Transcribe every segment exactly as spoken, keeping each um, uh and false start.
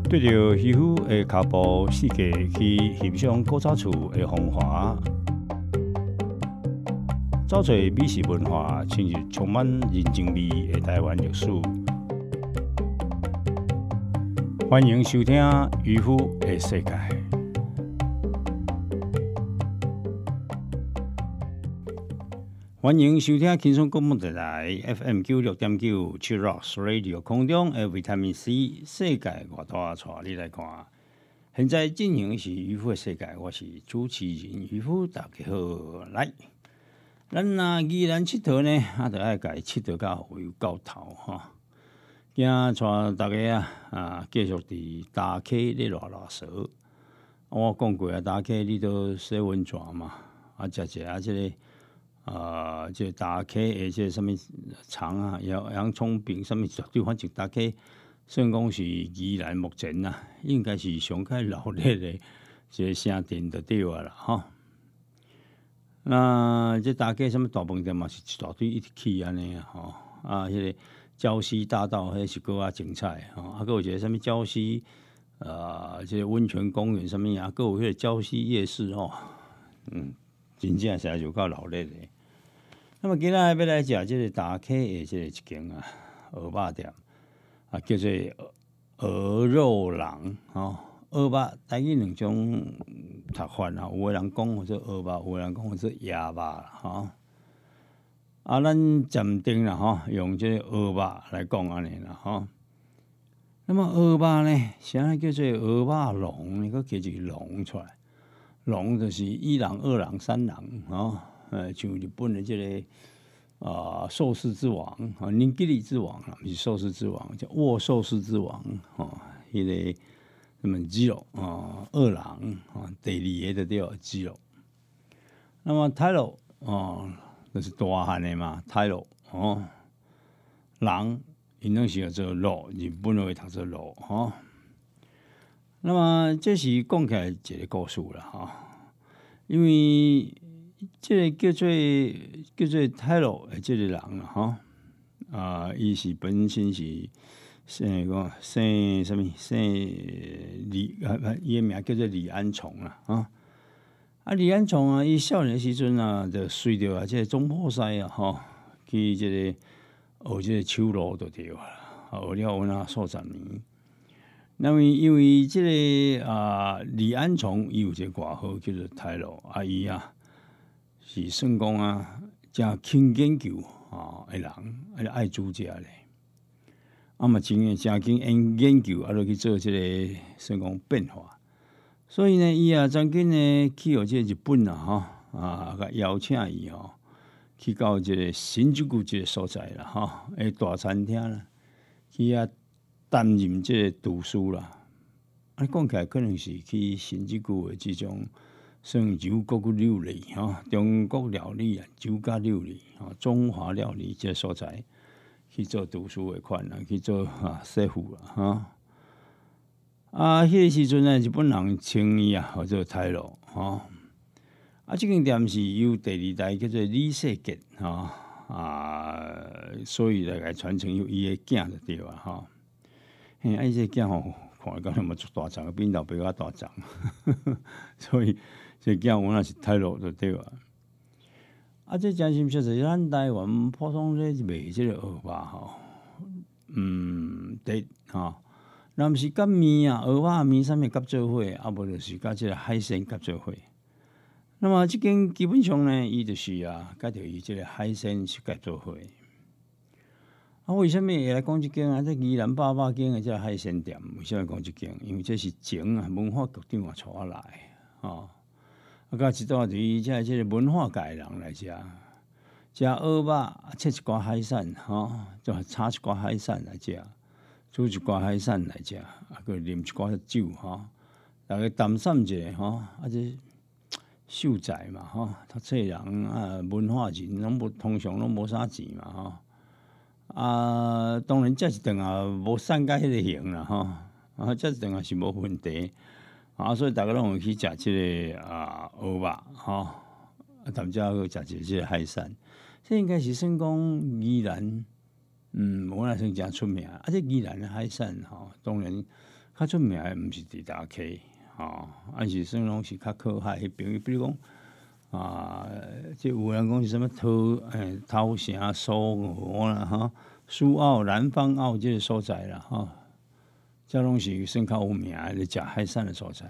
对着渔夫的脚步世界去欣赏古早厝的风华，找找美食文化，深入充满人情味的台湾历史。欢迎收听《渔夫的世界》。欢迎收听轻松广播电台 F M 九六点九 Chirox Radio 空中的维他命 C 世界我带带你来看。现在进行的是渔夫的世界，我是主持人渔夫，大家好。来，咱若宜兰佚佗呢，啊，就爱家佚佗到有够头吼。今带大家啊啊，继续伫大溪咧热热趖。我讲过啊，大溪你都洗温泉嘛，啊，食一下即个。啊、呃，这大溪的这什么肠啊，洋洋葱饼什么，绝对反正大溪算讲是宜兰目前啊，应该是上较热烈的这城镇就对啊啦吼。那这大溪什么大饭店嘛，是一大堆一直去安尼啊吼。啊，迄、那个礁溪大道，迄是搁较精彩吼。啊，搁有一个什么礁溪呃，这个温泉公园什么啊，搁有迄个礁溪夜市吼，嗯。真正实在就够热烈的。那么今仔要来食这个大溪的这个一间啊蚵肉店啊，叫做鹅肉郎吼。蚵肉台语两种读法啊，有个人讲做蚵肉，有个人讲做鸭肉吼。啊，咱暂定啦吼，用这个蚵肉来讲安尼啦吼。那么蚵肉呢，啥叫做蚵肉龙？你个叫一个龙出来。龙就是一郎、二郎、三郎啊，呃，像日本的这个啊寿司之王啊，尼基里之王啊，不是寿司之王，叫握寿司之王哦，迄、那个什么鸡肉啊，二郎啊，第二个就叫鸡肉。那么泰肉哦，就是大汉的嘛，泰肉哦，人因拢是叫做肉，日本会读做肉哈。那么这是讲起来一个故事啦哈，因为这个叫做叫做泰罗的这个人啦哈，啊，伊是本身是姓个姓什么姓李啊，伊个名叫做李安崇啦啊，啊李安崇啊，伊少年时阵啊，就随着啊这个中破塞啊哈，去这个学这个手路就对啦，学了有那数十年。那么因为这个啊李安崇伊有一个外号叫做泰罗啊，伊啊是算讲啊真勤研究啊的人，啊爱煮食咧，啊嘛真诶真勤研研究，啊落去做这个算讲变化。所以呢，伊啊曾经呢去到这个日本啊吼啊，甲邀请伊吼去到这个新宿区这个所在啦吼，诶大餐厅啦，去啊。担任这个厨师啦，啊，讲起来可能是去新竹区的这种算柔国料理吼，中国料理啊，酒家料理吼，中华料理这所在去做厨师的款啊，去做啊师傅啦哈。啊，迄、那个时阵呢，日本人称伊啊，叫做泰罗吼。啊，这间店是由第二代叫做李世杰吼啊，所以来传承由伊的囝就对啊吼。嘿，啊！伊这囝吼，看来讲那么大长，比老爸较大长，所以这囝我那是太老就对啊。啊，这真心实实，咱台湾普通咧卖这个蚵肉吼，嗯，第吼，若毋是甲面啊，蚵肉面啥物夹做伙，啊无就是甲这个海鲜夹做伙。那么这间基本上呢，伊就是啊，甲着伊这个海鲜是夹做伙。啊，为什么会来讲这间啊？这宜兰八百间的这海鲜店，为什么讲这间？因为这是前啊文化局长啊带我来啊，啊，甲一道对这这个文化界人来食，食蚵肉，切一寡海产，吼，就炒一寡海产来食，煮一寡海产来食，啊，佮啉一寡酒，吼，大家谈散一下，吼，啊，这秀才嘛，吼，读册人啊，文化人，拢无通常拢无啥钱嘛，吼。啊，当然，这一顿啊，无散甲迄个型啦，吼，啊，这一顿也是无问题，啊，所以大家拢会去食即个啊蚵肉，吼，啊，甚至还去食一即个海产，这应该是算讲宜兰，嗯，我来算真出名，啊，这宜兰的海产吼，当然较出名诶，毋是伫大溪吼，啊是算拢是较靠海迄边，比如讲啊，即有人讲是什么桃诶头城、苏澳啦哈，苏澳、南方澳即个所在啦哈，这拢是算较有名诶食海产诶所在。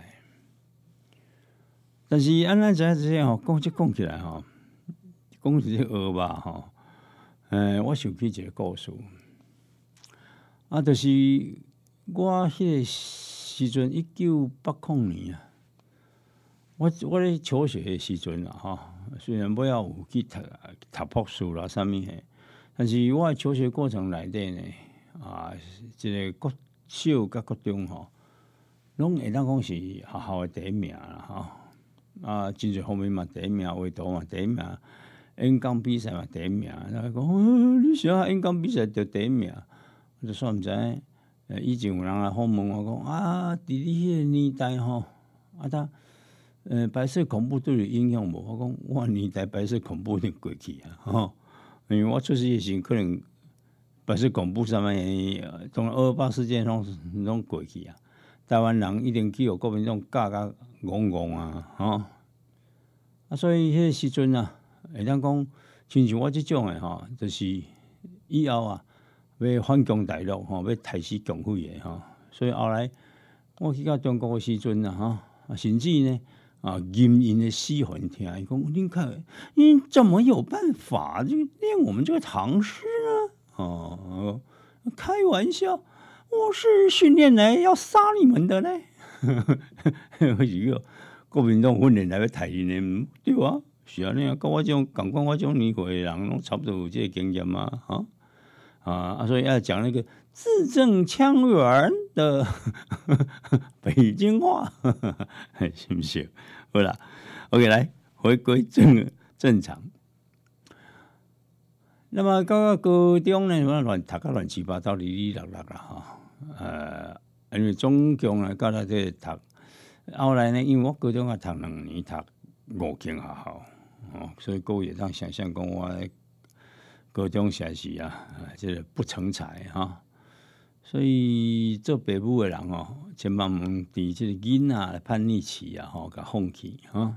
但是安咱知影这吼，讲即讲起来吼，讲是蚵吧吼，诶，我想起一个故事，啊，就是我迄个时阵一九八零年啊，我我咧求学诶时阵啦吼，虽然尾仔有去读读博士啦啥物嘿，但是我诶求学过程内底呢，啊，即个国小甲国中吼，拢会当讲是学校诶第一名啦吼。啊，真侪方面嘛第一名，画图嘛第一名，演讲比赛嘛第一名。人讲、哦，你啥演讲比赛得第一名？我就煞毋知。诶，以前有人来访问我讲啊，伫你迄个年代吼，啊，他呃白色恐怖对你影响无？我讲我年代白色恐怖已经过去啊，吼，因为我出世诶时可能白色恐怖啥物嘢，从二二八事件拢拢过去啊。台湾人一定去互国民党教甲戆戆啊，吼！啊，所以迄个时阵啊，会当讲，亲像我即种诶吼，就是以后啊，要反攻大陆吼，要杀死共匪诶吼，所以后来我去到中国诶时阵啊，吼，甚至呢啊，淫淫诶死魂听，伊讲你看，你怎么有办法就练我们这个唐诗呢？哦，开玩笑。我是训练来要杀你们的呢，我是个国民党训练来要杀你呢，对啊，是啊，你啊，跟我这种感官我这种年岁的人，拢差不多有这个经验嘛，啊啊，所以要讲那个字正腔圆的北京话，是不是？好啦 ，OK， 来回归正正常。那么到高中呢，我乱读个乱七八糟、哩哩啦啦啦哈。呃，因为总共呢，到来这读，后来呢，因为我高中啊读两年，读五间学校，哦，所以各位也当想象讲我高中实是啊，这个不成才哈，所以做爸母的人哦，千万毋伫这个囡仔叛逆期啊，吼，甲放弃哈。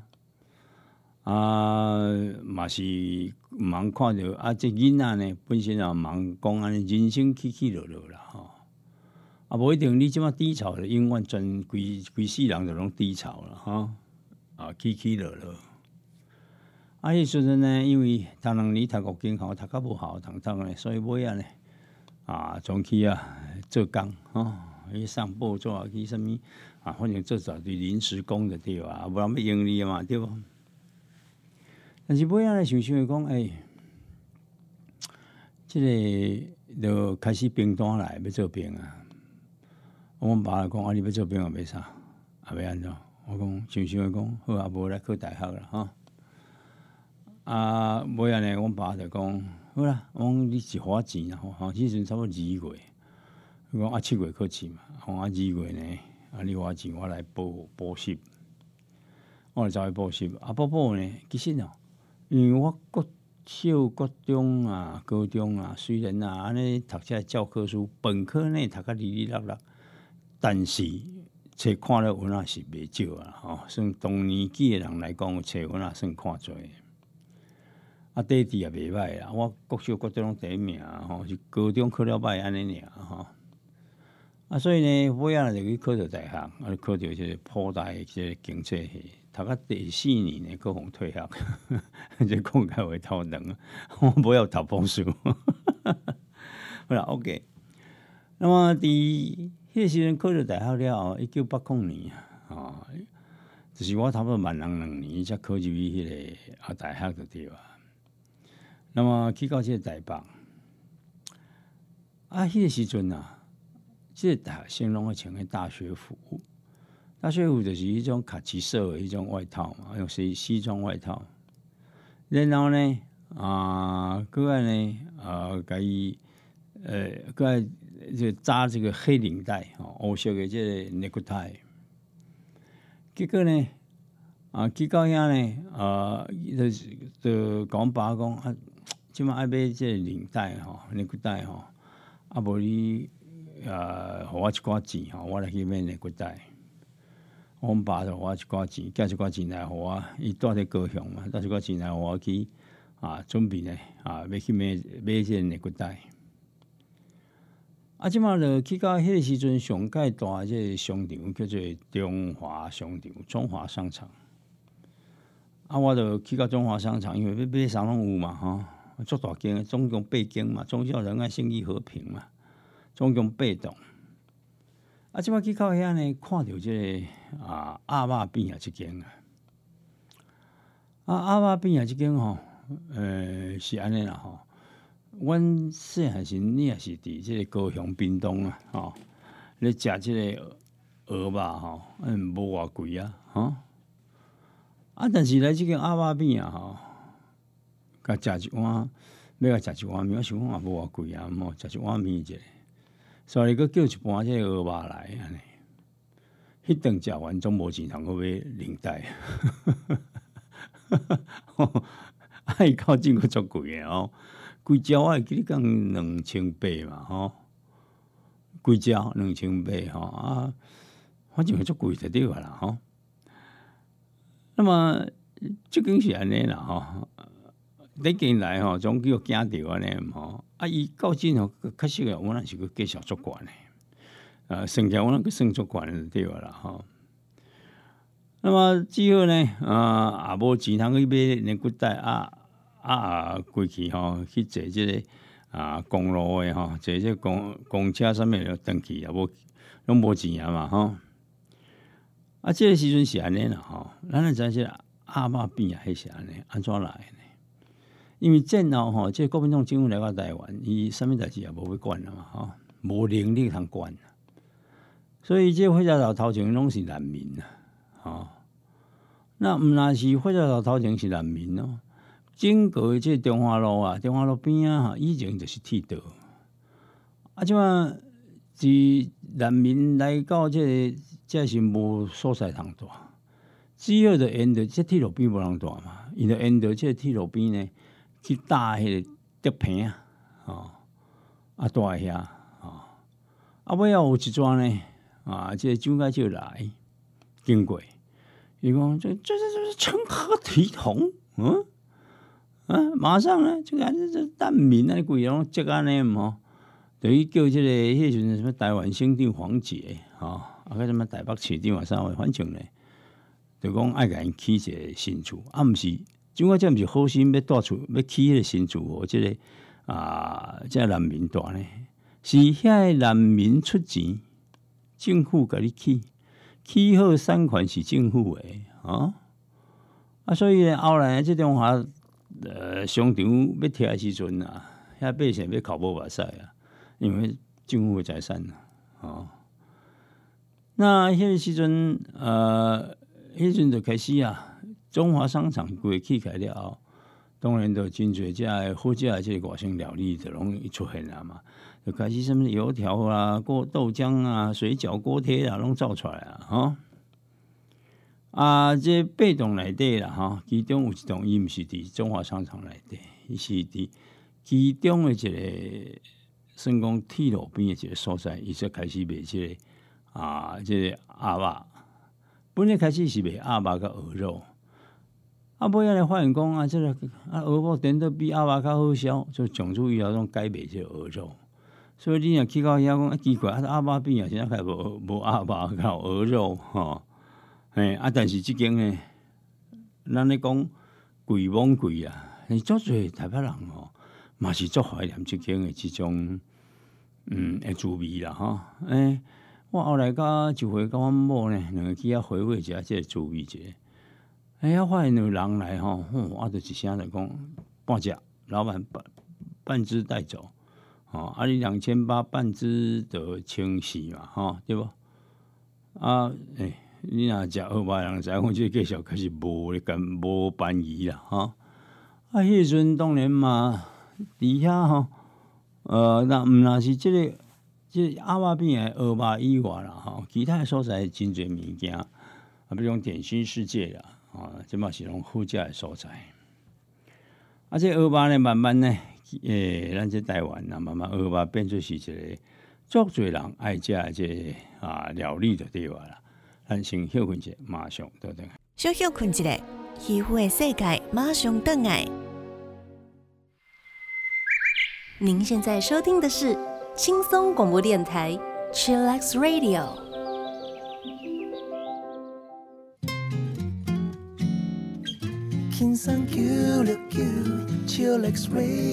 啊，嘛是毋通看着啊，这囡仔呢本身也茫讲安尼人生起起落落啦吼，啊无一定你即马低潮就永远全规规世人就拢低潮啦吼，啊起起落落。啊，迄时阵呢，因为读两年读五间校，读较无效，通通咧，所以尾仔呢啊，总去啊做工吼，去上报纸啊，去啥物啊，反正做做对临时工就对啊，无人要用你嘛，对无？但是尾仔咧想想讲，诶、欸，即、這个就开始兵单来要做兵啊。我爸讲啊，你要做兵也要啥，也要安怎？我讲想想讲，好啊，无来考大学啦，吼。啊，尾仔呢，我爸就讲，好啦，我讲你是花钱啦，吼，迄阵差不多二月，伊讲啊七月考试嘛，吼啊二月呢，啊你花钱我来补补习，我就走去补习，啊补补呢，其实哦。因为我国小、国中啊、高中啊，虽然啊安尼读这教科书，本科呢读甲哩哩啦啦，但是册看了文也是袂少啊，吼，算同年纪的人来讲，册文也算看侪。啊，第二也袂歹啦，我国小、国中第一名啊，吼，是高中考了歹安尼尔吼。啊，所以呢，尾仔就去考到大学，啊，考到这个普大的这个经济系。读到第四年呢，佫互退学，这讲起话头长，我不要读博士。好啦 ，OK。那么伫迄个时阵考入大学了后，一九八零年啊，就是我差不多慢人两年才考入去迄个啊大学就对啊。那么去到这个台北，啊，迄个时阵啊，这个大学生拢会穿个大学服。大学服就是一种卡其色的一种外套嘛，用西西装外套。然后呢，啊，另外呢，啊，甲伊呃，佮就扎这个黑领带，哦，黑色的这个 necktie。结果呢，啊，去到遐呢，啊，就就讲爸讲啊，即马爱买这个领带吼 ，necktie 吼，啊，无你呃，互我一寡钱吼，我来去买内骨带。我爸就互我一寡钱，寄一寡钱来互我，伊住伫高雄嘛，带一寡钱来互我去啊，准备呢啊，要去买买这内骨带。啊，即马就去到迄个时阵，上界大即个商场叫做中华商场、中华商场。啊，我就去到中华商场，因为要买啥拢有嘛，吼，足大间，总共八间嘛，忠孝仁爱、信义和平嘛，总共八栋。啊，即摆去到遐呢，看到即个啊鸭肉边啊，即间啊，啊鸭肉边啊，即间吼，呃是安尼啦吼。阮细汉时，你也是伫即个高雄屏东啊，吼，咧食即个鹅肉吼，嗯，无偌贵啊，吼。啊，但是来即间鸭肉边啊，吼，甲食一碗，要甲食一碗面，我想讲也无偌贵啊，莫食一碗面者。所以，佮叫一盘即个鹅肉来安尼，迄顿食完总无钱通去买零带，啊，伊靠近佫足贵诶哦，规只我会记得讲两千八嘛吼，规只两千八吼啊，反正足贵就对个啦吼。那么即间是安尼啦吼，你进来吼，总叫惊着安尼吼。啊，伊到真吼，确实个，我若是个计数足悬诶，呃，算起来我那个算足悬就对啦吼。那么之后呢，啊，也无钱通去买连骨带啊啊，过去吼去坐即个啊公路诶吼，坐即公公车啥物就登去也无，拢无钱啊嘛吼。啊，即个时阵是安尼啦吼，咱来知即个鸭肉边啊，迄是安尼，安怎来呢？因为战后吼，即个国民党政府来到台湾，伊啥物代志也无要管啦嘛，吼，无能力通管，所以即火车头头前拢是难民啊，吼。那毋若是火车头头前是难民哦，整个即中华路啊，中华路边啊，以前就是铁道，啊，即马是难民来到即个，即是无所在通住，只好就沿着即铁路边无人住嘛，伊就沿着即铁路边呢。去搭迄个竹棚啊，吼，啊住喺遐，吼，啊尾后有一桩呢，啊，即、这个蒋介石来经过，伊讲这这这这成何体统？嗯，啊，马上呢，就看这这难民啊，规拢接安尼吼，等于叫即、这个迄时阵什么台湾省长黄杰，吼，啊个什么台北市长啊啥货，反正呢，就讲爱甲因起一个新厝，啊，毋是。蒋介石毋是好心要带厝，要起迄个新厝哦，即、这个啊，即、这个难民住呢，是遐个难民出钱，政府甲你起，起好产权是政府诶，啊，啊，所以呢，后来即中华呃商场要拆诶时阵啊，遐百姓要哭无目屎啊，因为政府诶财产啊，哦，那迄个时阵呃，迄阵就开始啊。中华商场过起开了后，当然就真侪只好食的即个外省料理就拢出现啦嘛，就开始什么油条啊、锅豆浆啊、水饺、锅贴啊，拢造出来啊，吼。啊，这八栋内底啦，吼，其中有一栋伊毋是伫中华商场内底，伊是伫其中的一个算讲铁路边的一个所在，伊才开始卖即、这个啊，即、这个鸭肉。本来开始是卖鸭肉甲鹅肉。啊，尾仔来发现讲啊，即、这个啊鹅肉点都比鸭肉较好销，就从此以后拢改卖即个鹅肉。所以你若去到遐讲啊奇怪，啊鸭肉边啊，现在开无无鸭肉，较有鹅肉吼。嘿啊，但是即间呢，咱咧讲贵罔贵啊，但是足侪台北人吼，嘛是足怀念即间的即种嗯诶滋味啦吼。诶，我后来甲一回甲阮某呢，两个去遐回味一下即个滋味者。哎呀，发现有人来吼，我就一声就讲半只，老板半半只带走，哦，啊你两千八半只就清四嘛，吼，对不？啊，诶、欸，你若食二百人知，我即个计数可是无咧干无便宜啦，吼。啊，迄个时阵当然嘛，伫遐吼，呃，那毋若是即、这个即、这个鸭肉边诶鹅肉以外啦，吼，其他诶所在真侪物件，啊，比如讲点心世界啦。啊，即嘛是拢好食诶所在，啊，这鹅肉呢，慢慢呢，诶，咱这台湾啊，慢慢鹅肉变做是一个足侪人爱食这啊料理就对话啦。咱先休困者，马上倒转来。 小休困一下，渔夫的世界马上倒来。您现在收听的是轻松广播电台 Chillax Radio。 轻松九六九 Chillax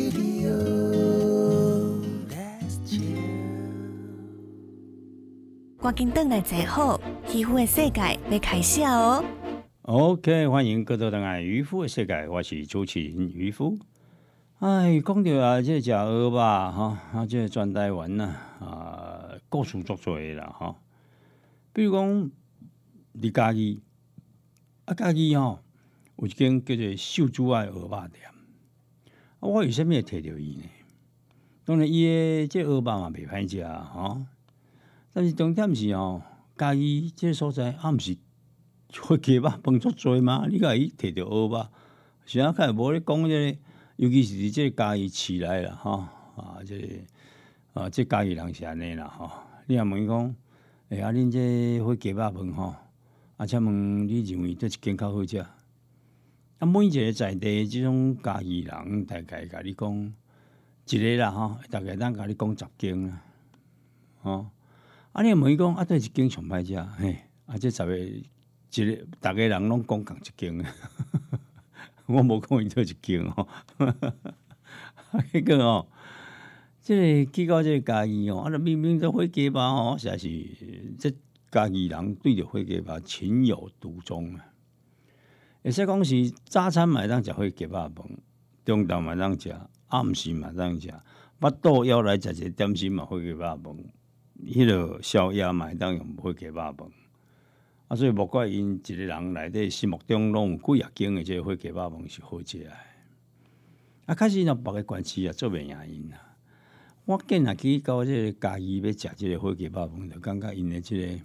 Radio。Let's chill。 赶紧倒来坐好，渔夫的世界要开始哦。 OK， 欢迎各位回来渔夫的世界，我是主持人渔夫。哎，讲到啊，这食蚵肉哈，啊，这全台湾呐啊，各处足多啦哈。比如讲，伫嘉义，啊嘉义吼，有一间叫做秀珠爱蚵肉店。啊，我为什么会摕到伊呢？当然，伊的这蚵肉嘛袂歹食吼，但是重点是吼，嘉义这所在啊，毋是火鸡肉饭足多吗？你甲伊摕到蚵肉，是啊，较无咧讲这个。尤其是伫即个嘉义市内啦，吼啊，即、這個、啊，即嘉義人是安尼啦，吼。你若問講，誒啊，恁即火雞肉飯吼，啊，請問你認為倒一間較好食？啊，每一個在地即種嘉義人，大概甲你講一個啦，吼，大概咱甲你講十間啦，吼。啊，你若問伊講啊，倒一間上歹食？嘿，啊，即十個一個，逐個人攏講共一間。我無講伊倒一間吼，結果吼，即個去到即個嘉義吼，啊，明明做火雞肉吼，實在是即嘉義人對着火雞肉情有獨鍾啊！會使講是早餐嘛當食火雞肉飯，中晝嘛當食，暗時嘛當食，腹肚枵來食一個點心嘛火雞肉飯，迄個宵夜嘛當用火雞肉飯。啊，所以莫怪因一個人內底心目中攏有幾啊間的這個火雞肉飯是好食的。啊，確實若別個關係啊，做袂贏因啦。我見若去到這個嘉義要食這個火雞肉飯，就感覺因的這個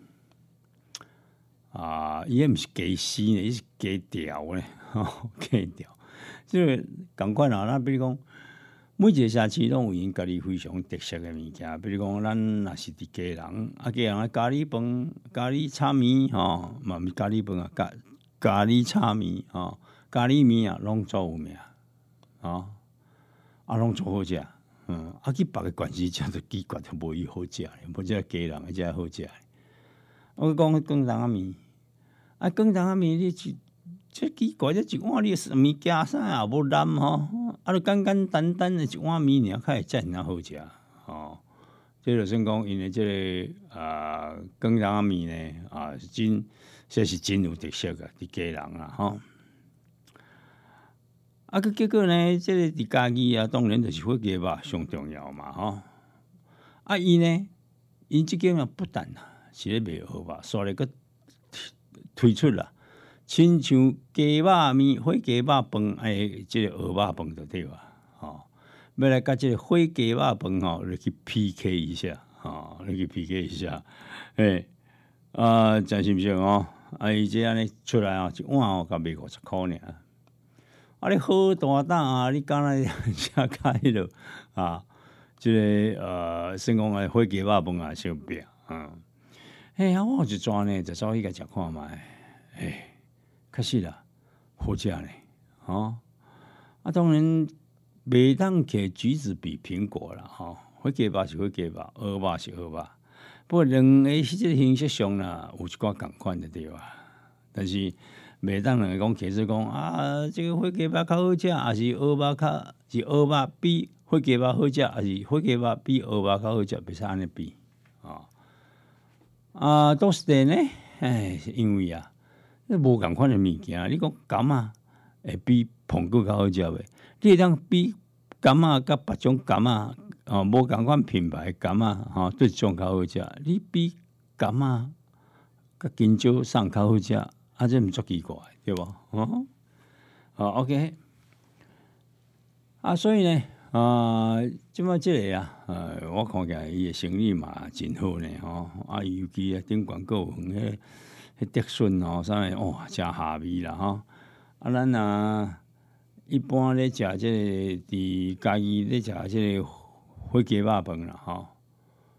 啊，伊個毋是雞絲呢，伊是雞條呢，吼雞條。即個共款啊，咱比如講，每一個社區攏有因家己非常特色的物件，比如講，咱若是伫家人，啊，家人的咖喱飯、咖喱炒麵，吼，嘛毋是咖喱飯啊，咖咖喱炒麵，吼，咖喱麵啊，攏足有名，吼，啊，攏足好食，嗯，啊，去別個縣市食就奇怪，就無伊好食，無即個家人的才好食。我講廣東仔麵，啊，廣東仔麵你是。即奇怪，即一碗你物加啥也無濫吼，啊，就簡簡單單的一碗麵爾，較會遮爾好食吼。即就算講因的即個啊，廣東仔麵呢啊，是真，說是真有特色嘅，啲家人啦吼。啊，佮結果呢，即、這個伫嘉義啊，當然就是火雞肉上重要嘛吼。啊，伊呢，因即間啊不但是咧賣蚵肉，所以佮推出啦。親像雞肉麵、火雞肉飯，哎，即個蚵肉飯就對啦，吼！要來甲即個火雞肉飯吼，來去 P K 一下，吼，來去 P K 一下，誒，啊，真是毋是哦？啊，伊即安尼出來哦，一碗哦，甲賣五十箍爾。啊，你好大膽啊！你敢若食甲迄落啊？即、這個呃，先講誒火雞肉飯啊，小餅啊，嘿，啊，我有一轉呢，就走去甲食看覓，嘿。確實啦，好食呢，吼！啊，當然袂當摕橘子比蘋果啦，吼！火雞肉是火雞肉，蚵肉是蚵肉，不過兩個迄個形式上啦，有一寡共款的對啊。但是袂當兩個講其實講啊，這個火雞肉較好食，還是蚵肉較是蚵肉比火雞肉好食，還是火雞肉比蚵肉較好食，袂使安尼比啊！啊，都是的呢，唉，因為啊。你無共款的物件，你講柑仔會比蘋果較好食袂？你會當比柑仔甲別種柑仔哦，無共款品牌柑仔吼，對種較好食。你比柑仔甲香蕉送較好食，啊，這毋足奇怪，對無？哦，好 OK。啊，所以呢，啊，即擺即個啊，呃，我看起來伊嘅生意嘛真好呢，吼。啊，尤其啊，頂廣告迄。迄竹筍吼，啥物哇，真下味啦吼！啊，咱啊一般咧食即個佇家己咧食即個火雞肉飯啦吼，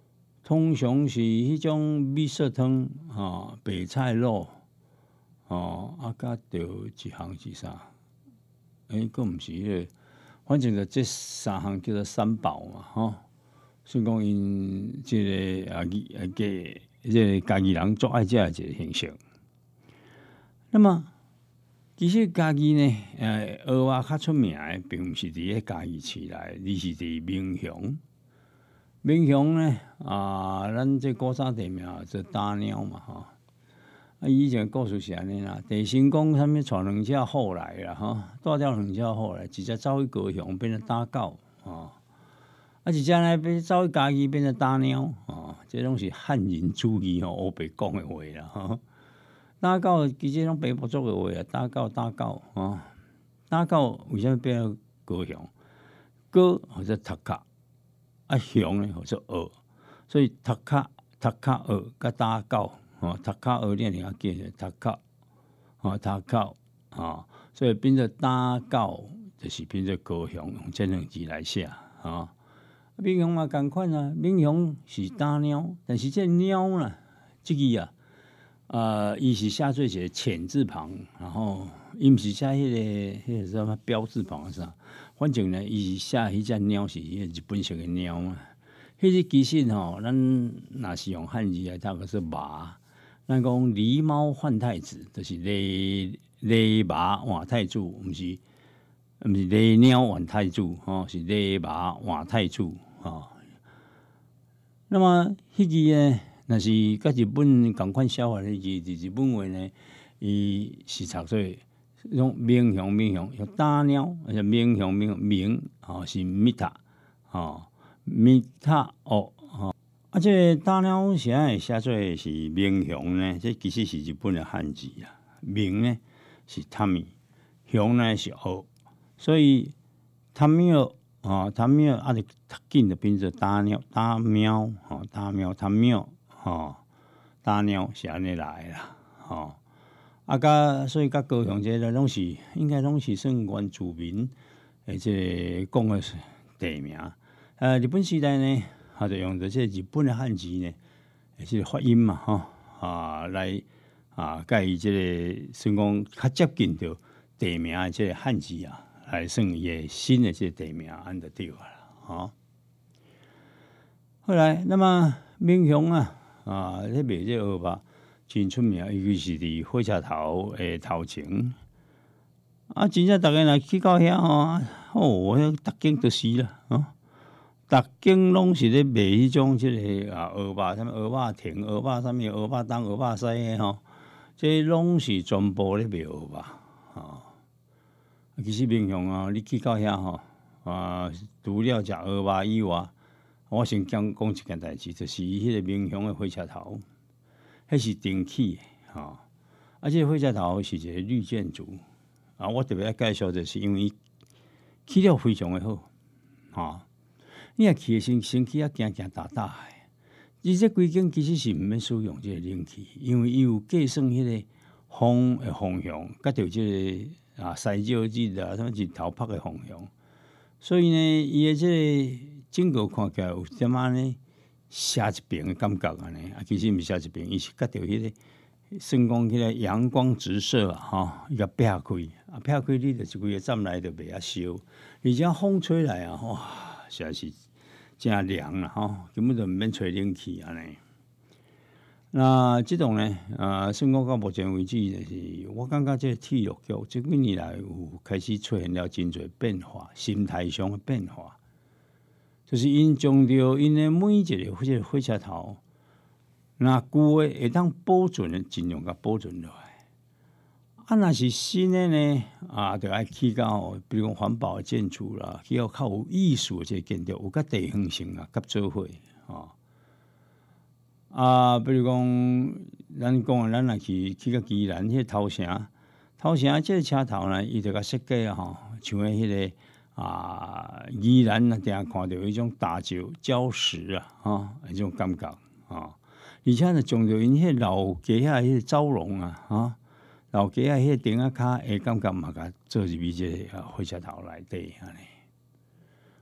通常是迄种米色汤吼、白菜肉吼，啊，甲着一项是啥？诶，佫毋是迄个，反正就这三项叫做三宝嘛，吼。所以讲因即个啊，啊个即个家己人做爱食一个形式。那么其实家己呢，诶，蚵仔较出名诶，并毋是伫咧家己市内，而是伫民雄。民雄呢，啊，咱这古早地名做打鸟嘛，吼。啊，以前故事是安尼啦，地神讲啥物带两只虎来啦，吼，带了两只虎来，一只走去高雄变成打狗，吼。啊，一只呢变走去家己变成打鸟，吼，这拢是汉人主义吼，黑白讲的话啦，吼。打狗其实拢白不足的话啊，打狗打狗，吼，打狗为什么变成高雄？高或者读卡，啊雄呢或者鹅，所以读卡读卡鹅甲打狗，吼，读卡鹅练两个记的读卡，吼读卡，吼，所以变做打狗就是变做高雄，用这两字来写，吼。民雄嘛共款啊，民雄是打鸟，但是这鸟呢，这个啊，呃，伊是写做一个浅字旁，然后伊毋是写迄、那个迄、那个什么标字旁啥，反正呢，伊是写迄只鸟是迄日本式的鸟嘛。迄个其实吼，咱若是用汉字来读，个是马。咱讲狸猫换太子，就是狸狸马换太子，毋是。毋是狸鸟换太子，吼，是狸马换太子，吼。那么迄句呢，若是甲日本共款写法迄句，伫日本话呢，伊是读做种明雄明雄，叫打鸟，而且明雄明明，吼是米塔，吼米塔哦，吼。啊，这打鸟是安会写做是明雄呢？这其实是日本的汉字啊。明呢是汤米，雄呢是欧。所以贪喵啊，贪喵啊，就紧就变做打鸟、打喵，吼，打喵、贪喵，吼，打鸟是安尼来啦，吼。啊，甲所以甲高雄这个拢是应该拢是算原住民，诶，即个讲的地名。呃，日本时代呢，啊，就用着这日本的汉字呢，即个发音嘛，吼啊来啊，甲伊即个算讲较接近着地名的即个汉字啊。来算伊个新的这地名，安就对啦，吼。后来，那么民雄啊，啊，咧卖这蚵仔真出名，尤其是伫火车头诶头前。啊，真正逐个若去到遐吼，哦，迄逐间都是啦，哦，逐间拢是咧卖迄种即个啊蚵仔，啥物蚵仔田、蚵仔啥物蚵仔东、蚵仔西诶吼，这拢是全部咧卖蚵仔，吼。其实民雄啊，你去到遐吼啊，除了食蚵仔以外，我先讲讲一件代志，就是迄个民雄的火车头，迄是电起的吼。啊，这个火车头是一个绿建筑啊，我特别爱介绍，就是因为起了非常的好，吼。你若去的先先去啊，行行踏踏的，而且规间其实是毋免使用这个冷气，因为伊有计算迄个风的方向，甲着这个。啊，西照日啊，什么日头晒的方向，所以呢，伊的这个整个看起来有点仔呢斜一边的感觉安尼，啊，其实毋是斜一边，伊是甲着迄个，算讲迄个阳光直射啊，吼，伊甲劈开，啊，劈开你就一规个站来就袂遐烧，而且风吹来啊，哇，实在是真凉啦，吼，根本就毋免吹冷气安尼。那即种呢，呃，算讲到目前为止，就是我感觉这个体育局这几年来有开始出现了真侪变化，心态上的变化，就是因将着因的每一个或者火车头，那旧的会当保存的，尽量甲保存落来。啊，若是新的呢，啊，就爱去到，比如讲环保的建筑啦，去到较有艺术的这建筑，有甲地方性啊，甲做伙啊。啊，比如讲，咱讲，咱若去去到宜兰迄个头城，头城即个车头呢，伊就甲设计啊，吼，像迄、那个啊，宜兰啊，定看到迄种大石礁石啊，吼，迄种感觉啊。而且呢，将着因迄老街啊，迄个走廊啊，哈，老街啊，迄个顶啊骹，诶，感觉嘛，甲做入去即个火车头内底安尼。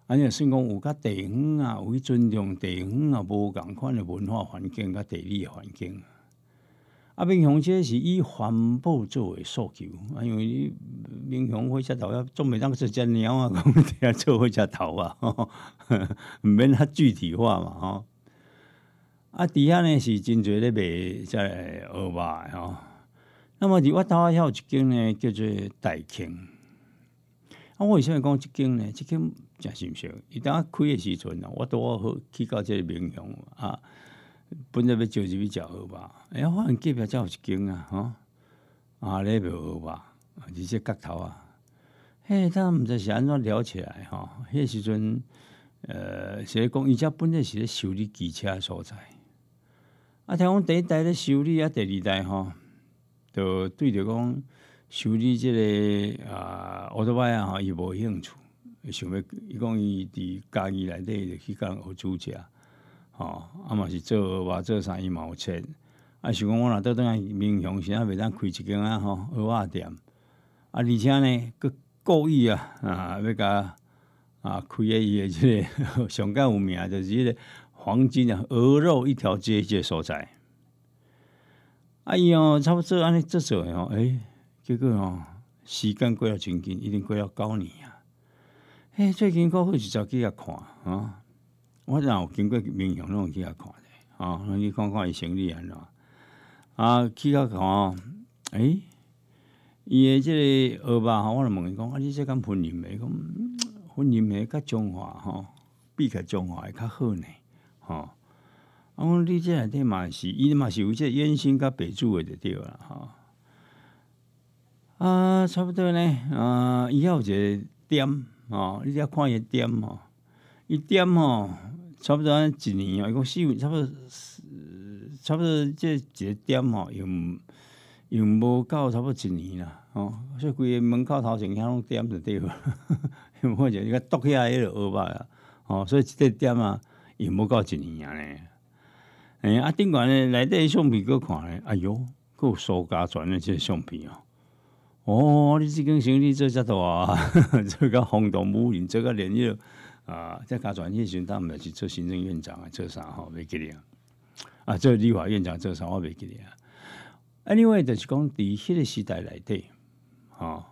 啊，你算讲有甲地方啊，有去尊重地方啊，无共款的文化环境甲地理的环境。啊，民雄这是以环保作为诉求，啊，因为你民雄火车头要总袂当做只猫啊，讲底下做火车头啊，吼，毋免较具体化嘛，吼。啊，底下呢是真侪咧卖即个蚵仔吼。那么伫我头遐有一间呢，叫做大庆。啊，我为啥讲即间呢？即间真新鲜。伊当开的时阵啊，我拄好去到即个民雄啊，本来要招入去食蚵仔，哎，我发现隔壁才有一间啊，吼啊咧卖蚵仔，而且角头啊，嘿，他毋知是安怎聊起来吼。迄个时阵，呃，是咧讲伊遮本来是咧修理机车所在。啊，听讲第一代咧修理啊，第二代吼，就对着讲修理即、这个啊奥多拜啊，吼，伊无兴趣，想要伊讲伊伫家己内底就去甲人学煮食，吼，啊嘛是做蚵仔做啥伊嘛有切，啊想讲我若倒转来民雄，现在袂当开一间啊吼蚵仔店，啊而且呢，佮故意啊啊要甲啊开个伊的即个上较有名，就是迄个黄金啊鹅肉一条街即个所在。哎呦，差不多安尼做做的吼，诶，结果吼时间过了真紧，已经过了九年啊。嘿，最近过好是走去遐看啊，我若有经过民雄，拢去遐看者，啊，去看看伊生意安怎。啊，去遐看，诶，伊的即个蚵仔吼，我就问伊讲，啊，你这敢分林的？讲分林的甲中华吼，比起中华会较好呢，吼。啊，讲你这内底嘛是，伊嘛是有这烟熏甲白煮的就对啦，吼。啊，差不多呢，啊，伊遐有一个店，吼，你只看伊店吼，伊店吼，差不多一年哦，伊讲四差不多，差不多这一个店吼，用用无够差不多一年啦，吼，所以规个门口头前遐拢店就对了，或者你看剁起来迄个蚵仔啊，吼，所以这个店啊，用无够一年啊呢。诶、欸，啊，顶悬呢，内底相片搁看咧，哎哟，搁有苏家传的即个相片哦。哦，你即间生意做遮大啊，做甲轰动武林，做甲连迄个啊，在家传迄时阵，他们是做行政院长啊，做啥吼？袂记哩啊。啊，做立法院长做啥？我袂记哩啊。Anyway， 就是讲伫迄个时代内底，吼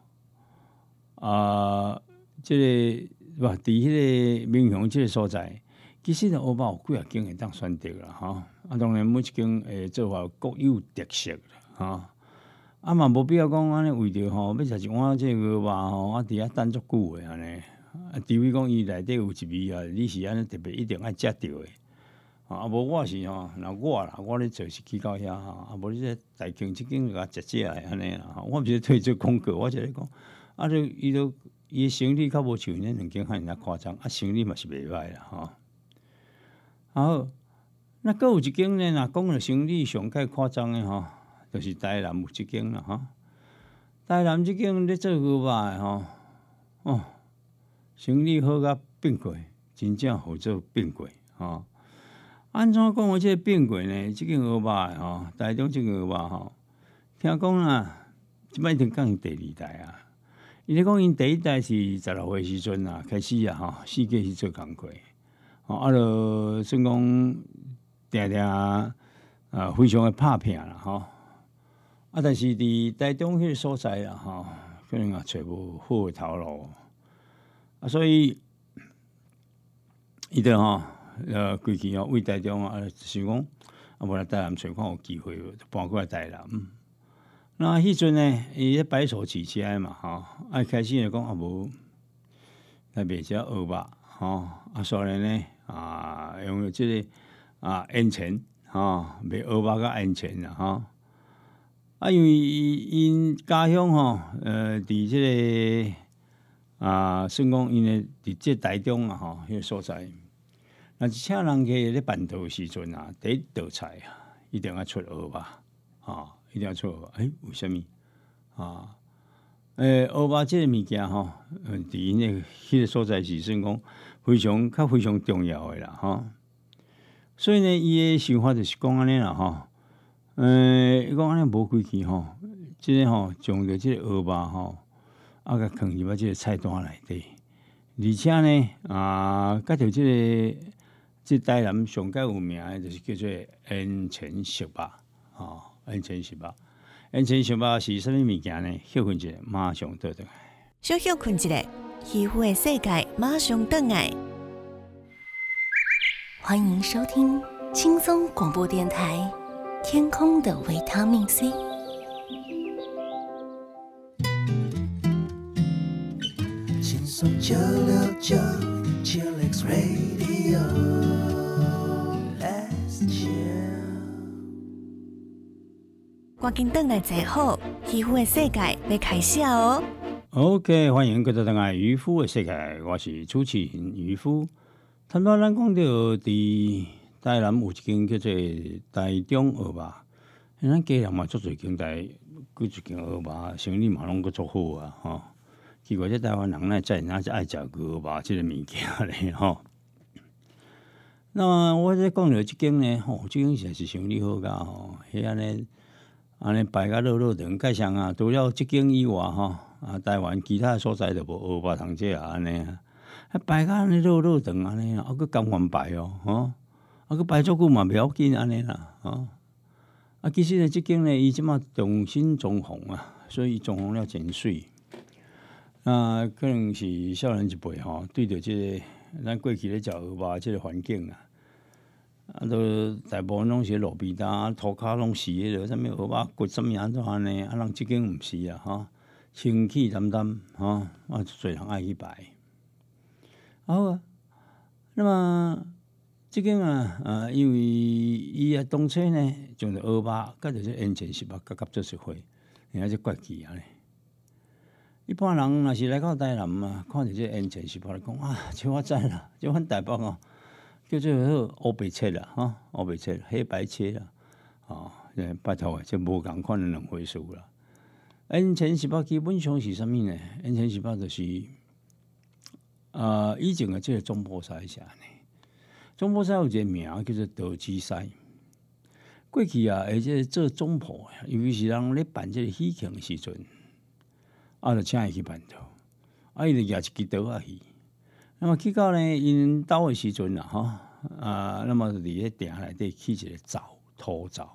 啊，即、这个哇，伫迄个民雄即个所在。其实呢，蚵仔有几啊间会当选择啦，吼！啊，当然每一间诶做法各有特色啦，吼！啊嘛无必要讲安尼为着吼，要食一碗即个蚵仔吼，啊伫遐等足久诶安尼，啊除非讲伊内底有一味啊，你是安尼特别一定爱食着诶，啊无我是吼，若我啦，我咧做是去到遐吼，啊无你这大庆即间甲食食诶安尼啦，吼！我毋是推做广告，我是咧讲，啊就伊都伊生意较无像恁两间遐尔夸张，啊生意嘛是袂歹啦，吼！好，那搁有一间呢？若讲了生理上较夸张的吼，就是台南有一间啦吼。台南这间咧做蚵仔的吼，哦，生理好甲变过，真正好做变过吼。安怎讲我这个变过呢？这间蚵仔的吼，台中这间蚵仔吼，听讲啦，即摆已经讲伊第二代啊。伊咧讲因第一代是十六岁时阵啊，开始啊吼，四界去做工课。啊，就算讲定定啊，非常的拍拼啦，吼。啊，但是伫台中迄个所在啦，吼，可能也找无好的头路。啊，所以伊就吼，呃，规期吼为台中啊，想讲啊，无来台南找看有机会，就搬过来台南。那迄阵呢，伊咧白手起家嘛，吼，啊，开始就讲啊，无来卖只蚵仔，吼，啊，所以呢。啊，用即、這个啊烟钱，吼，卖蚵仔甲烟钱啦，吼。啊，因为因家乡吼，呃，伫即、這个啊，算讲因诶伫即台中啊，吼，迄个所在，若是请人去咧办桌时阵啊，第一道菜啊，一定要出蚵仔，啊，一定要出蚵仔。诶、欸，为什么？啊，诶、欸，蚵仔即个物件吼，伫因诶迄个所在是算讲。非常较非常重要诶啦，吼。所以呢，伊诶想法就是讲安尼啦，吼。呃，伊讲安尼无规矩吼，即、這個吼，将着即个蚵仔吼，啊，甲放入啊即个菜单内底， 而且呢，啊，介绍即个即台南上界有名的，就是叫做烟尘熟肉，哦，烟尘熟肉，烟尘熟肉是啥物物件呢？休困一下，马上倒转来。 小休困一下，渔夫的世界马上倒来。欢迎收听轻松广播电台《天空的维他命 C》。 轻松九六九 Chillax Radio Let's chill 赶紧倒来坐好，渔夫的世界要开始哦。 OK， 欢迎各位登来渔夫的世界，我是主持人渔夫。坦白咱讲到伫台南有一间叫做台中蚵肉，咱家人嘛做侪间台，几一间蚵肉生意嘛拢阁足好啊，吼。奇怪，这台湾人呢，在哪是爱食蚵肉这个物件咧，吼。那么我在讲到即间呢，吼，即间实在是生意好噶吼，迄安尼安尼摆甲热热腾，介绍啊，除了即间以外，吼啊，台湾其他所在就无蚵肉通食啊，安尼啊，摆甲安尼热热腾安尼啊，啊，佮甘愿摆哦，吼，啊，佮摆足久嘛袂要紧安尼啦，吼。啊，其实呢，即间呢，伊即马重新装潢啊，所以装潢了真水。啊，可能是少年一辈吼，对着即、這个咱过去咧食蚵肉即个环境啊，啊，都大部分拢是路边摊，涂骹拢是迄落，啥物蚵肉骨啥物安怎安尼，啊，人即间毋是啊，吼，清气淡淡，吼，啊，侪人爱去摆。好啊，那么即间啊，啊，因为伊啊当初呢，将着蚵肉甲着即烟尘熟肉夹夹做一伙，然后即怪气安尼。一般人若是来到台南啊，看到这烟尘熟肉，讲啊，像我知啦，即阮台北哦，叫做迄乌白切啦，吼，乌白切、黑白切啦，哦，拜托诶，这无共款诶两回事啦。烟尘熟肉基本上是啥物呢？烟尘熟肉就是啊、呃，以前诶即个中埔菜是安尼，中埔菜有一个名叫做道之菜。过去啊，而且做中埔，尤其是人咧办即个喜庆诶时阵。啊，就请伊去办桌，啊，伊就举一支刀啊去。那么去到呢，因兜的时阵啦，吼啊，那么伫咧店内底起一个灶，土灶。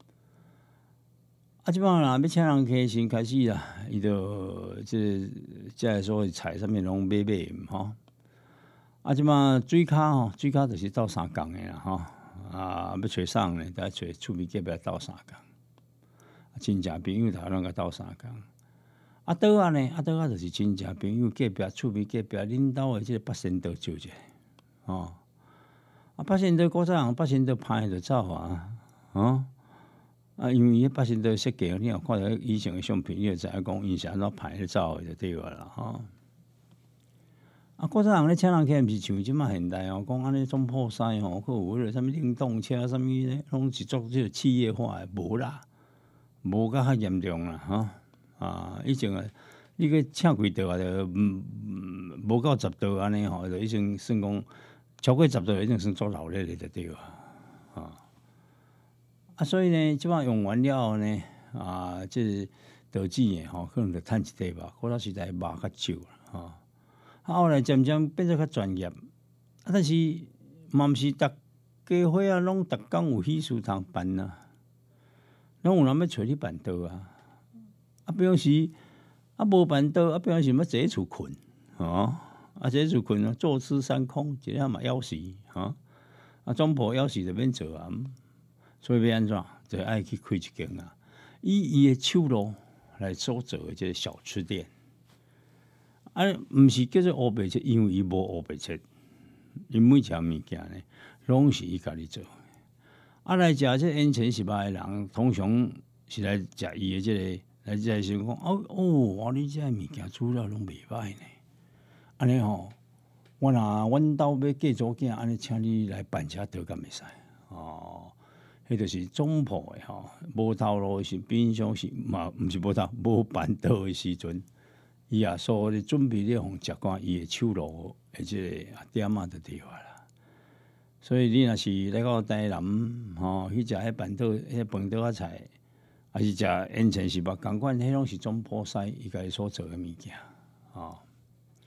啊，即摆若要请人客先开始啦，伊就即即个所谓菜上面拢买买吼。啊，即摆水骹吼，水骹就是斗三工的啦，吼啊，要找啥呢？得找厝边隔壁斗三工。亲戚朋友头拢甲斗三工。啊，倒啊呢？啊，倒啊，就是亲戚朋友隔壁、厝边隔壁，恁兜的即个八仙桌招者，哦。啊，八仙桌古早人八仙桌歹就走啊，哦。啊，因为迄八仙桌设计，你有看到以前的相片，你就知影讲因是安怎歹咧走的就对个啦，吼。啊，古早人咧请人客，毋是像即马现代哦，讲安尼总铺师吼，佮有迄个啥物冷冻车，啥物咧，拢是做即个企业化的，无啦，无甲较严重啦，吼。啊，以前啊，你去请几桌啊，就无无够十桌安尼吼，就已经算讲超过十桌已经算做老咧就对啊。啊，啊，所以呢，即摆用完了后呢，啊，即道具诶吼，可能就趁一块吧。古早时代肉较少啦，吼。啊，后来渐渐变做较专业，啊，但是嘛毋是逐家伙啊，拢逐工有喜事通办啊，拢有人要找你办桌啊。啊，比方时啊无办桌，啊比方时要坐厝困，吼，啊坐厝困啊，坐吃山空，一下嘛枵死，吼，啊总铺枵死就免做啊，所以要安怎，就爱去开一间啊，以伊的手路来所做的这个小吃店，啊，毋是叫做乌白切，因为伊无乌白切，伊每一项物件呢，拢是伊家己做。啊，来食这烟尘熟肉的人，通常是来食伊的这个。来即个想讲，哦哦，我你这物件煮了拢袂歹呢。安尼吼，我若阮兜要嫁祖囝，安尼请你来办车桌敢袂使？哦，迄就是总铺的吼，无头路是变相是嘛，毋是无头无办桌的时阵，伊也所咧准备咧互食惯伊的手路的即个点仔就对话啦。所以你若是来到台南吼，去食迄办桌、迄饭桌仔菜。还是食烟尘熟肉，共款迄拢是总铺师伊家所做诶物件，吼、哦。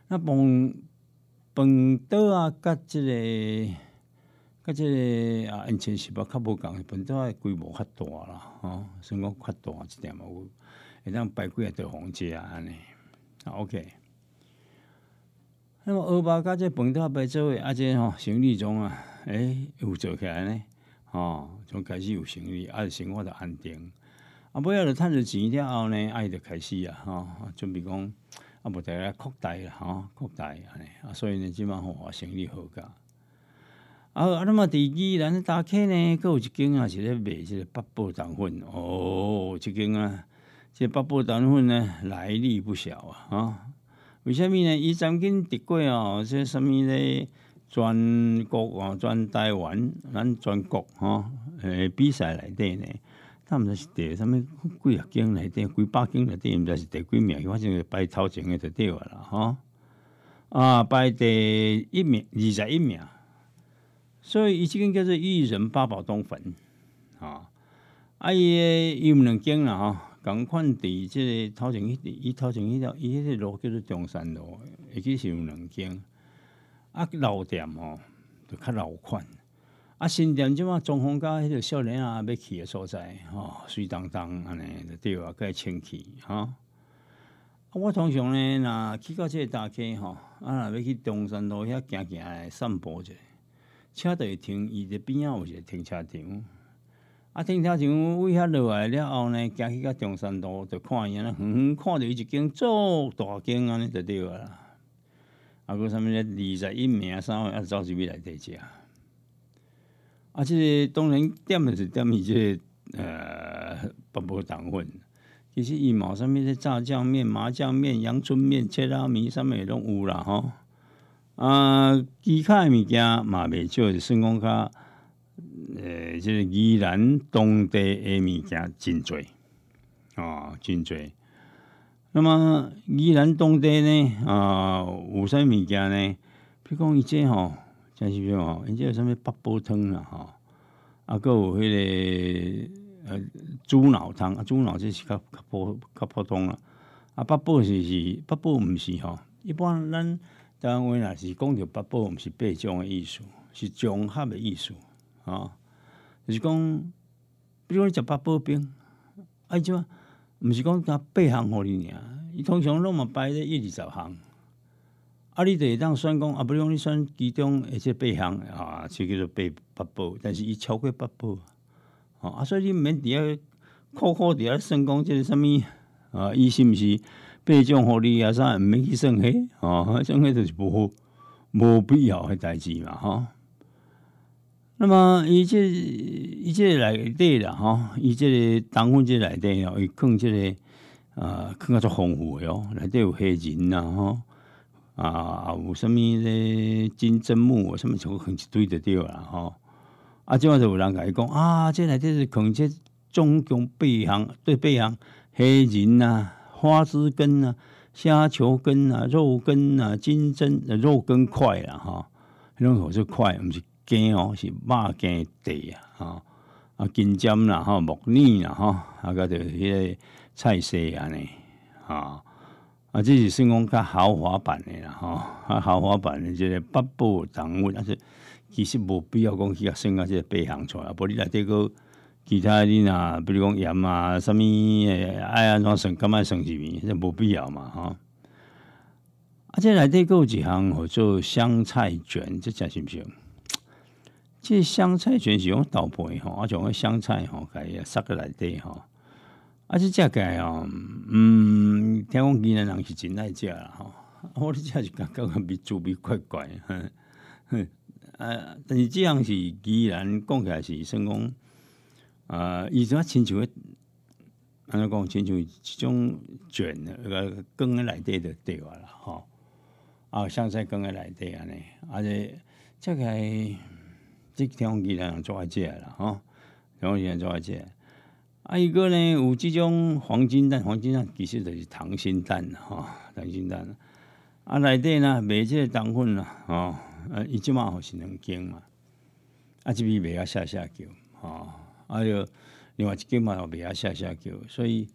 那饭饭岛啊，甲即、這个。甲即个啊，因前是无较无共，本岛诶规模较大啦，吼，算讲较大一点嘛，有会当摆几啊套房车啊安尼，啊 OK。那么二八甲即本岛摆做诶，啊即吼生意中啊，诶、欸、有做起来呢，吼，从开始有生意，啊生活就安定，啊尾仔就趁着钱了后呢，啊伊就开始啊，吼，准备讲啊无大家扩大啦，吼，扩大安尼，啊所以呢，即满吼生意好个。啊，啊，那么第二，咱打开呢，佫有一间啊，是咧卖即个八宝糖粉哦，即间啊，即、這個、八宝糖粉呢，来历不小啊，啊，为虾米呢？伊曾经得过哦，即什么咧，全国哦，全台湾，咱全国吼，诶、哦，比赛内底呢，他毋知是第什么几啊间内底，几百间内底，毋知是第几名，反正排头前诶就对啊啦，吼，啊，排第一名，二十一名。所以伊即间叫做一人八宝冬粉，啊，啊伊伊有两间啦吼，共款伫即个头前迄伊头前迄条伊迄个路叫做中山路，会记是有两间，啊老店吼就较老款，啊新店即马中风甲迄个少年啊要去诶所在，吼水当当安尼就对啊，甲伊清气吼。啊我通常呢，若去到即个大溪吼，啊若要去中山路遐行行来散步者。车就会停，伊伫边仔有一个停车场，啊，停车场位遐落来了后呢，行去到中山路，就看伊安尼远远看着伊一间足大间安尼就对啊啦。啊，佮啥物咧？二十一名啥物啊，走入去内底食。啊，即、這個当然点就是点伊即个呃八宝糖粉，其实伊嘛啥物咧？炸酱面、麻酱面、阳春面、切拉米，啥物拢有啦吼。啊，其他诶物件嘛袂少，就算讲较诶，即、這个宜兰当地诶物件真多，哦，真多。那么宜兰当地呢，啊，有啥物件呢？比如讲伊这吼，真是啥吼，伊这有啥物八宝汤啦吼，啊，佮有迄、那个呃猪脑汤，啊，猪脑这是较较普较普通啦。啊，八宝是是八宝，毋是吼，一般咱。台湾话若是讲着八宝，毋是八种诶意思，是综合诶意思啊。就是讲，比如讲你食八宝饼，啊，即嘛毋是讲加八项互你尔，伊通常拢嘛摆咧一二十项，啊，你就会当选讲，啊，比如讲你选其中诶即八项啊，就叫做八八宝，但是伊超过八宝，啊，所以你毋免伫遐苦苦伫遐算讲即个啥物啊，伊是毋是？八种互你啊，啥毋免去算迄，哦，算迄就是无无必要诶代志嘛，吼。那么伊即伊即个内底啦，吼，伊即个糖粉即个内底哦，伊放即个啊，放较足丰富诶哦，内底有黑仁啦，吼，啊，有啥物咧金针木，啥物全部放一堆就对啦，吼。啊，即摆就有人甲伊讲啊，即内底是放即总共八项，对八项黑仁啊。花枝根啊，虾球根啊，肉根啊，金针肉根块啦，哈，迄种好做块，毋是羹哦，是肉羹地啊，哈啊金针啦，哈木耳啦，哈啊个着迄个菜色安尼，哈啊，这是算讲较豪华版的啦，哈啊豪华版的即个八宝糖粉，但是其实无必要讲去甲算啊，即个八项出来，无你内底个。其他你若比如讲盐啊，啥物诶，爱安怎算，敢爱算入面，这无必要嘛，吼。啊，这内底佫有一项叫做香菜卷，这真是毋是？这香菜卷是用豆皮吼，啊，将个香菜吼，甲伊塞个内底吼。啊，这食起来吼，嗯，听讲宜兰人是真爱食啦吼。我咧食是感觉味滋味怪怪，哼哼。啊，但是这样是宜兰讲起来是算讲。啊，伊怎啊亲像，安尼讲，亲像一种卷个羹诶内底就对啊啦，吼。啊，香菜羹诶内底安尼，啊这这个这听讲宜兰人做爱食啦，吼，听讲宜兰做爱食。啊，伊个呢有即种黄金蛋，黄金蛋其实就是溏心蛋吼，溏心蛋。啊，内底呢卖即个糖粉啦，吼，啊，伊即马吼是两间嘛，啊，即边卖啊下下叫，吼。啊，就另外一间嘛，卖啊下下叫，所以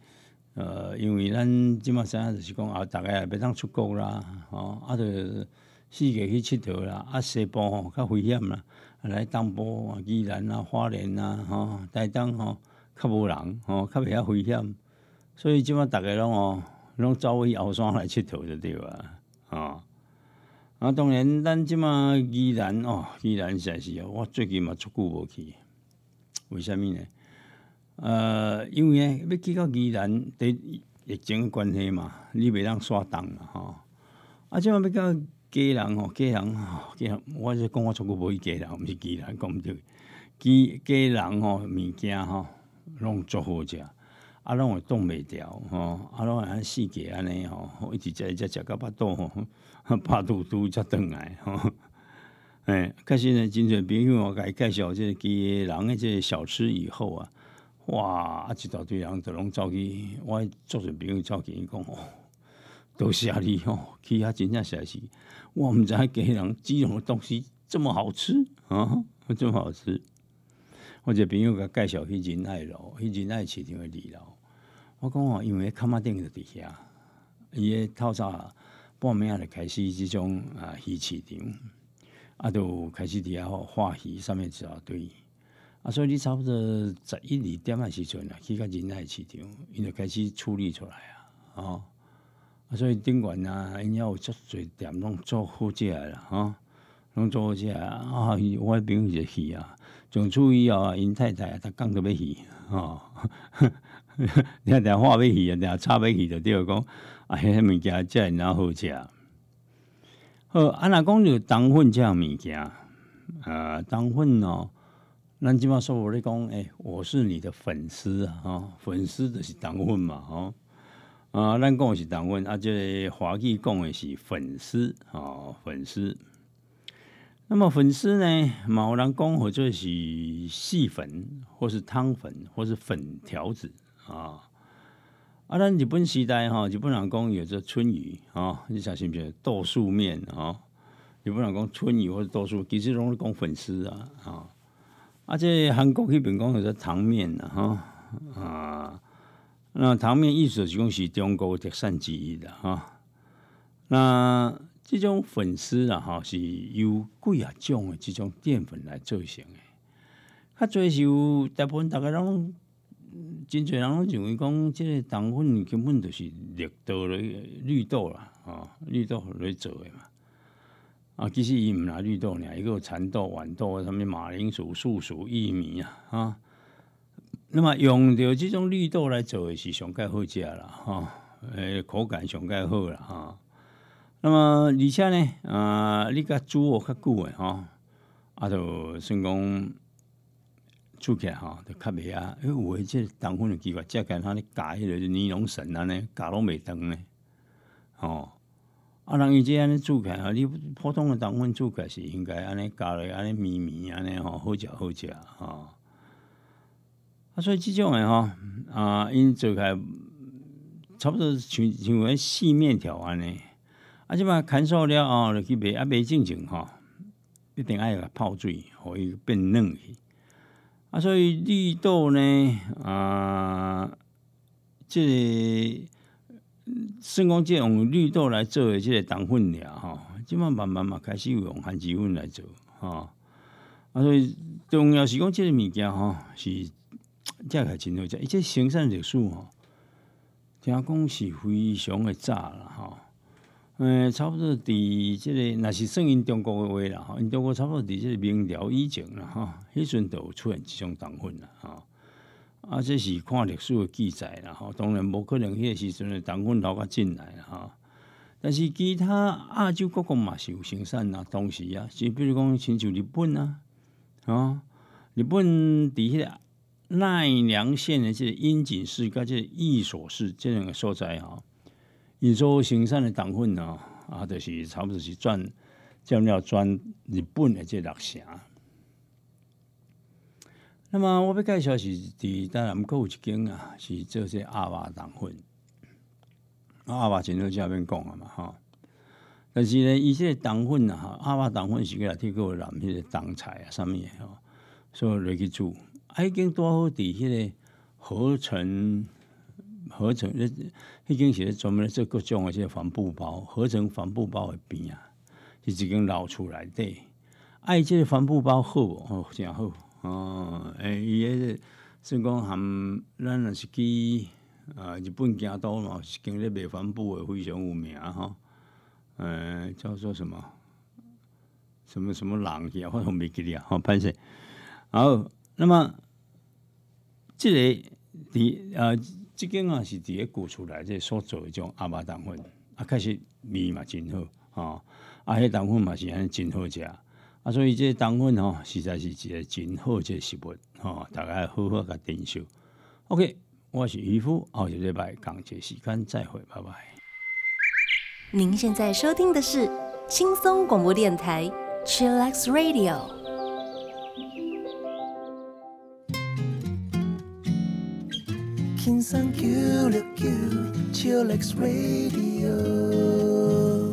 呃，因为咱即马现在就是讲啊，大概也袂当出国啦，吼、啊，着四界去佚佗啦，啊，西部吼较危险啦，来东部啊，宜兰啊、花莲啊，吼、台东吼较无人，吼、较袂遐危险，所以即马大家拢哦，拢走去后山来佚佗就对啊，吼、啊，当然咱即马宜兰哦，宜兰实在是哦，我最近嘛足久无去，为虾米呢？呃，因为呢，要去到宜兰，第疫情的关系嘛，你袂当刷档嘛，吼。啊，即马要到基隆吼，基隆吼，基隆，我是讲我足久无去基隆，毋是基隆，讲毋对。基基隆吼，物件吼，拢足好食，啊，拢会冻袂掉吼，啊，拢安四季安尼吼，一直食食食到巴肚吼，巴肚肚才转来吼。哎，确实呢，真侪朋友我甲伊介绍即个基隆的即个小吃以后啊。哇！啊，一大堆人都拢走去，我做阵朋友走去，伊讲哦，多谢你哦，去遐真正实在是，我毋知影基隆基隆的东西这么好吃啊，这么好吃。我一个朋友甲介绍去仁爱路，去仁爱市场的二楼。我讲哦，因为坎仔顶就伫遐，伊个透早半暝就开始即种啊鱼市场，啊，就开始伫遐吼化鱼，上面一大堆。啊，所以你差不多十一二点的时阵啊，去到仁爱市场，伊就开始处理出来啊，哦，啊，所以顶悬啊，因遐有足侪店拢做好食啦，吼，拢做好食啊。啊，我朋友就去啊，从此以后啊，因太太啊，逐工都要去，吼，定定话要去啊，定炒要去就对讲，啊，迄物件才会然好食。好，啊，若讲着冬粉这样物件，啊，冬粉哦。咱即马说我咧讲，诶、欸，我是你的粉丝啊，吼，粉丝就是冬粉嘛，吼，啊，咱讲的是冬粉，啊，这个华语讲的是粉丝，哦，粉丝。那么粉丝呢，嘛有人讲或者是细粉，或是汤粉，或是粉条子啊。啊，咱日本时代哈，日本人讲有这春雨啊，你相信不信？豆豉面啊，日本人讲春雨或者豆豉，其实拢是讲粉丝啊，啊。啊，这韩国迄边讲叫做糖面啦，哈啊，那糖面意思就是讲是中国特产之一啦，哈。那这种粉丝啦，哈，是由几啊种的这种淀粉来做成的。较侪是有大部分大家拢真侪人拢认为讲，这个糖粉根本就是绿豆的绿豆啦，啊，绿豆来做的嘛。啊，其实伊毋拿绿豆尔，伊个蚕豆、豌豆、什么马铃薯、树薯、薏米啊，啊，那么用着这种绿豆来做的是上盖好食啦，哈，诶，口感上盖好啦，哈。那么而且呢，啊，你甲煮哦较久诶，哈，啊，就算讲煮起来哈，就较袂啊，因为有诶即冬粉诶奇怪，食干他咧夹迄个尼龙绳安尼，夹拢袂长呢，吼。啊，人伊这安尼煮起来啊，你普通的冬粉煮起来是应该安尼加落安尼绵绵安尼吼，好食好食吼。啊，所以即种诶吼啊，因做起来差不多像像迄细面条安尼。啊，即摆砍熟了后，就去卖啊，卖正正吼，一定爱甲泡水，互伊变嫩去。啊，所以绿豆呢啊，即、這個。算讲即用绿豆来做的即个冬粉了吼，即摆慢慢嘛开始有用番薯粉来做吼。啊，所以重要是讲即个物件吼是食起来真好食，伊这生产历史吼，听讲是非常的早啦吼。诶，差不多伫即个若是算因中国的话啦吼，因中国差不多伫即个明朝以前啦吼，迄阵就有出现即种冬粉啦吼。啊，这是看历史的记载啦，吼，当然无可能迄个时阵的冬粉流甲进来啦，吼。但是其他亚洲国家嘛是有生产啊，当时啊，就比如讲亲像日本啊，啊，日本伫迄个奈良县的即个樱井市甲即个义所市这两个所在吼，因所生产的冬粉哦，啊，就是差不多是转占了全日本的即个六成。那么我要介绍是伫台南阁有一间啊，是做这阿爸冬粉。阿爸真好食免讲啊嘛吼。但是呢，伊这个冬粉啊，阿爸冬粉是过来替个染迄个冬菜啊，啥物诶吼，所以落去煮。啊，已经拄好伫迄个合成合成，迄间是专门做各种的这帆布包，合成帆布包的边啊，是一间老厝内底。爱这个帆布包好哦，真好哦。诶，伊迄算讲含咱若是去啊日本京都嘛，是经咧卖帆布的非常有名吼。呃，叫做什么什么什么人去啊，我都袂记哩啊，吼，歹势。好，那么这个伫呃，这间啊是伫咧古厝内底所做的种阿妈糖粉，啊，确实味嘛真好吼，啊，迄糖粉嘛是安尼真好食。啊，所以这糖粉吼，实在是一个真好这食物吼，大家好好甲珍惜。OK， 我是渔夫，后一个礼拜同一个时间再会，拜拜。 您现在收听的是轻松广播电台 Chillax Radio。 轻松九六九 Chillax Radio。